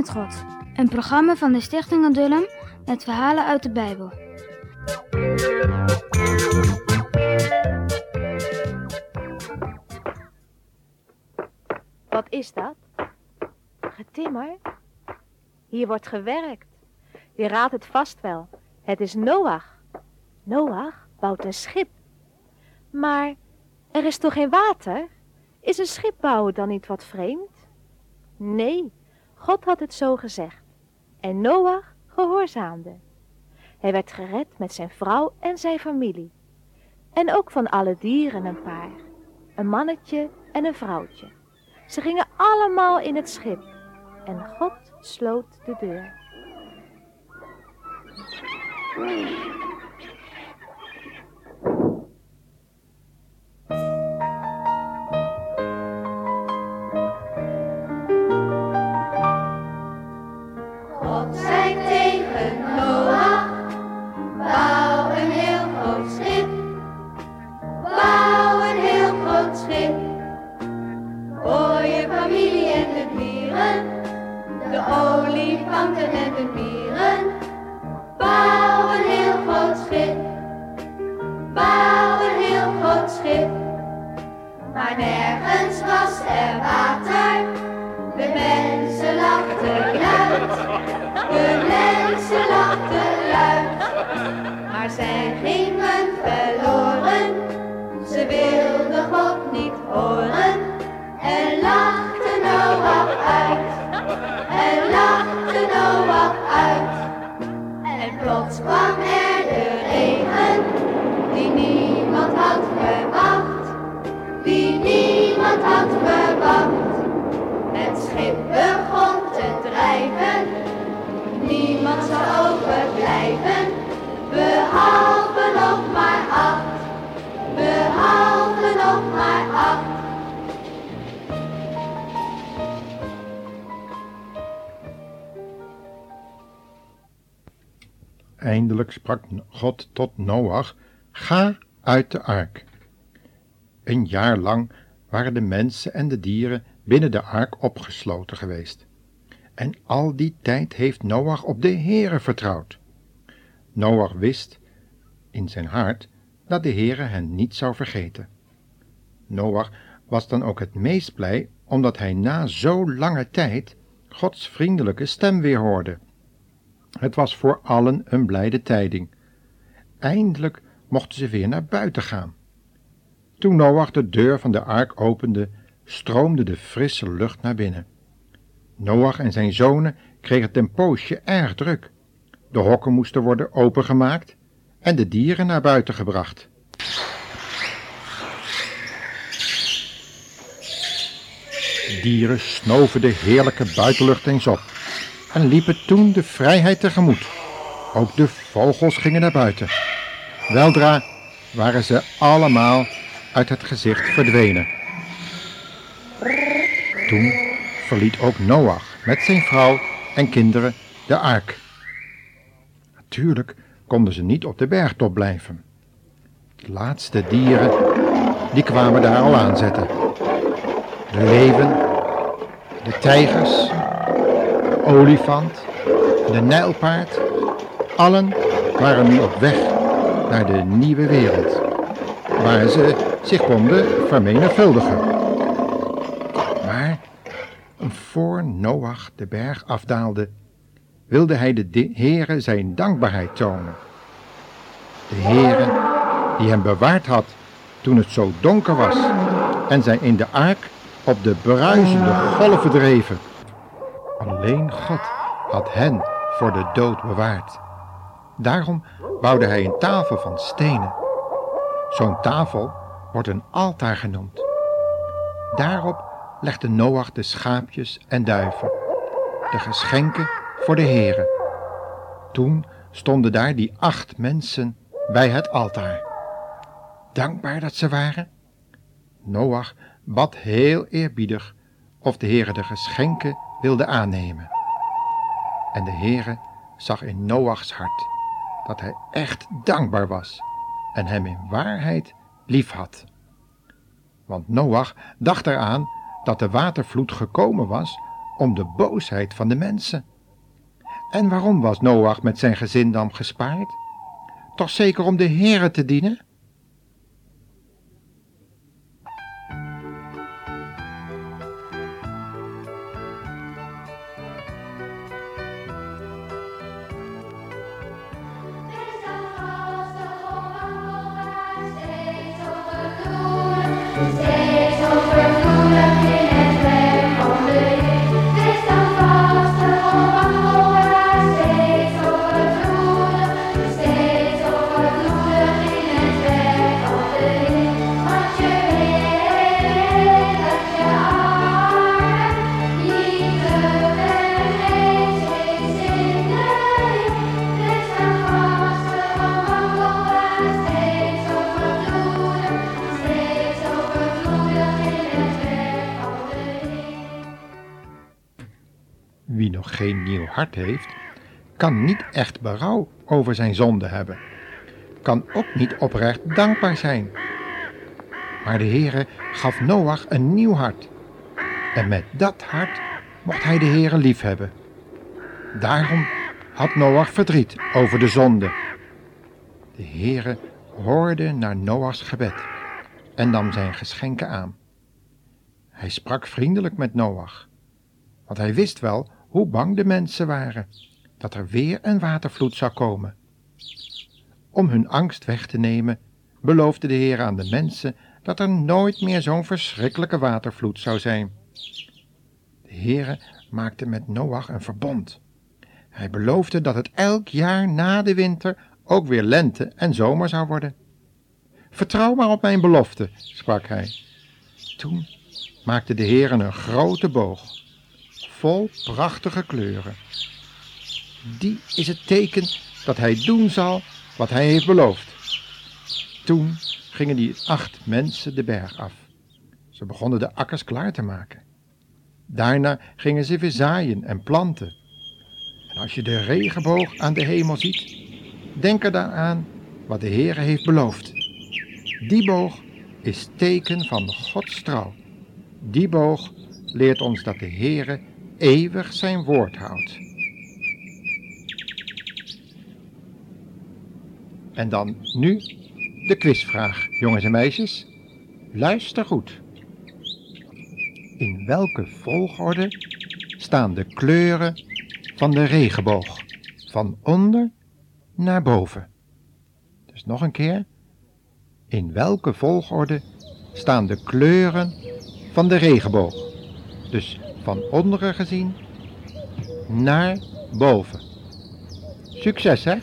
met God. Een programma van de Stichting Adullam met verhalen uit de Bijbel. Wat is dat? Getimmer? Hier wordt gewerkt. Je raadt het vast wel. Het is Noach. Noach bouwt een schip. Maar er is toch geen water? Is een schip bouwen dan niet wat vreemd? Nee, God had het zo gezegd. En Noach gehoorzaamde. Hij werd gered met zijn vrouw en zijn familie. En ook van alle dieren een paar. Een mannetje en een vrouwtje. Ze gingen allemaal in het schip. En God sloot de deur. God zei tegen Noach, bouw een heel groot schip. Bouw een heel groot schip. Voor je familie en de dieren, de olifanten en de mieren. Bouw een heel groot schip. Bouw een heel groot schip. Maar nergens was er water. De mensen lachten luid. De mensen lachten luid. Maar zij gingen verloren. Ze wilden God niet horen. En lachte Noach uit. En lachte Noach uit. En plots kwam er de regen. Die niemand had verwacht. Die niemand had verwacht. Het schip begon te drijven. Niemand zou overblijven. Behalve nog maar 8. Behalve nog maar 8. Eindelijk sprak God tot Noach: ga uit de ark. Een jaar lang waren de mensen en de dieren binnen de ark opgesloten geweest. En al die tijd heeft Noach op de Heere vertrouwd. Noach wist in zijn hart dat de Heere hen niet zou vergeten. Noach was dan ook het meest blij, omdat hij na zo lange tijd Gods vriendelijke stem weer hoorde. Het was voor allen een blijde tijding. Eindelijk mochten ze weer naar buiten gaan. Toen Noach de deur van de ark opende, stroomde de frisse lucht naar binnen. Noach en zijn zonen kregen het een poosje erg druk. De hokken moesten worden opengemaakt en de dieren naar buiten gebracht. Dieren snoven de heerlijke buitenlucht eens op en liepen toen de vrijheid tegemoet. Ook de vogels gingen naar buiten. Weldra waren ze allemaal uit het gezicht verdwenen. Toen verliet ook Noach met zijn vrouw en kinderen de ark. Natuurlijk konden ze niet op de bergtop blijven. De laatste dieren, die kwamen daar al aanzetten. De leeuwen, de tijgers, de olifant, de nijlpaard, allen waren nu op weg naar de nieuwe wereld, waar ze zich konden vermenigvuldigen. Maar voor Noach de berg afdaalde, wilde hij de Heere zijn dankbaarheid tonen. De Heere die hem bewaard had toen het zo donker was en zij in de ark op de bruisende golven dreven. Alleen God had hen voor de dood bewaard. Daarom bouwde hij een tafel van stenen. Zo'n tafel wordt een altaar genoemd. Daarop legde Noach de schaapjes en duiven, de geschenken voor de Heere. Toen stonden daar die 8 mensen bij het altaar. Dankbaar dat ze waren. Noach bad heel eerbiedig of de Heere de geschenken wilde aannemen. En de Heere zag in Noachs hart dat hij echt dankbaar was en hem in waarheid lief had. Want Noach dacht eraan dat de watervloed gekomen was om de boosheid van de mensen. En waarom was Noach met zijn gezin dan gespaard? Toch zeker om de Heere te dienen? Steeds overvloedig in het werk van de Heer. Wees dan vastig, onwankbaar, steeds overvloedig in het werk van de Heer. Want je weet dat je armen liefde vergeet, steeds in de Heer. Wees dan vastig, onwankbaar, steeds overvloedig in het werk van de Heer. Wie nog geen nieuw hart heeft, kan niet echt berouw over zijn zonde hebben. Kan ook niet oprecht dankbaar zijn. Maar de Heere gaf Noach een nieuw hart. En met dat hart mocht hij de Heere liefhebben. Daarom had Noach verdriet over de zonde. De Heere hoorde naar Noachs gebed en nam zijn geschenken aan. Hij sprak vriendelijk met Noach, want hij wist wel hoe bang de mensen waren dat er weer een watervloed zou komen. Om hun angst weg te nemen, beloofde de Heer aan de mensen dat er nooit meer zo'n verschrikkelijke watervloed zou zijn. De Heer maakte met Noach een verbond. Hij beloofde dat het elk jaar na de winter ook weer lente en zomer zou worden. Vertrouw maar op mijn belofte, sprak hij. Toen maakte de Heer een grote boog, vol prachtige kleuren. Die is het teken dat hij doen zal wat hij heeft beloofd. Toen gingen die 8 mensen de berg af. Ze begonnen de akkers klaar te maken. Daarna gingen ze weer zaaien en planten. En als je de regenboog aan de hemel ziet, denk er dan aan wat de Heere heeft beloofd. Die boog is teken van Gods trouw. Die boog leert ons dat de Heere eeuwig zijn woord houdt. En dan nu de quizvraag, jongens en meisjes. Luister goed. In welke volgorde staan de kleuren van de regenboog? Van onder naar boven. Dus nog een keer. In welke volgorde staan de kleuren van de regenboog? Dus van onderen gezien naar boven. Succes, hè?